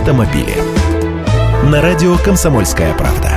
автомобили. На радио «Комсомольская правда».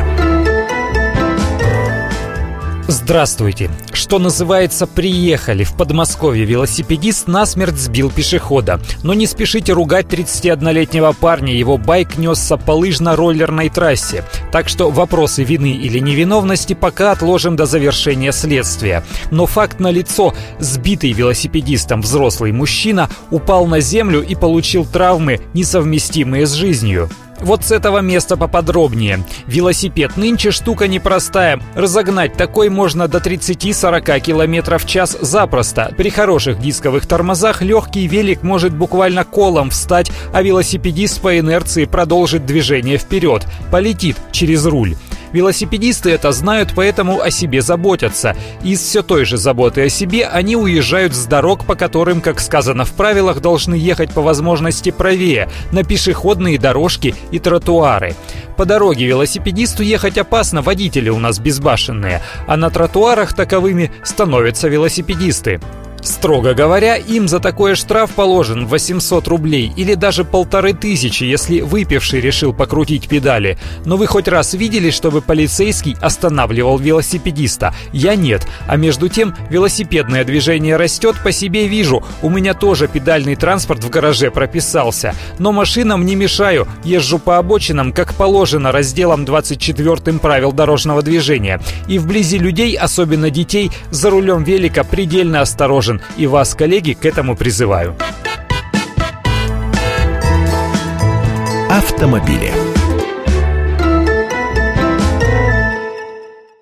Здравствуйте. Что называется, приехали. В Подмосковье велосипедист насмерть сбил пешехода. Но не спешите ругать 31-летнего парня. Его байк несся по лыжно-роллерной трассе. Так что вопросы вины или невиновности пока отложим до завершения следствия. Но факт налицо. Сбитый велосипедистом взрослый мужчина упал на землю и получил травмы, несовместимые с жизнью. Вот с этого места поподробнее. Велосипед нынче штука непростая. Разогнать такой можно до 30-40 км в час запросто. При хороших дисковых тормозах легкий велик может буквально колом встать, а велосипедист по инерции продолжит движение вперед. Полетит через руль. Велосипедисты это знают, поэтому о себе заботятся. Из все той же заботы о себе они уезжают с дорог, по которым, как сказано в правилах, должны ехать по возможности правее, на пешеходные дорожки и тротуары. По дороге велосипедисту ехать опасно, водители у нас безбашенные, а на тротуарах таковыми становятся велосипедисты. Строго говоря, им за такой штраф положен 800 рублей или даже 1500, если выпивший решил покрутить педали. Но вы хоть раз видели, чтобы полицейский останавливал велосипедиста? Я нет. А между тем, велосипедное движение растет, по себе вижу. У меня тоже педальный транспорт в гараже прописался. Но машинам не мешаю, езжу по обочинам, как положено, разделом 24 правил дорожного движения. И вблизи людей, особенно детей, за рулем велика предельно осторожен. И вас, коллеги, к этому призываю. Автомобили.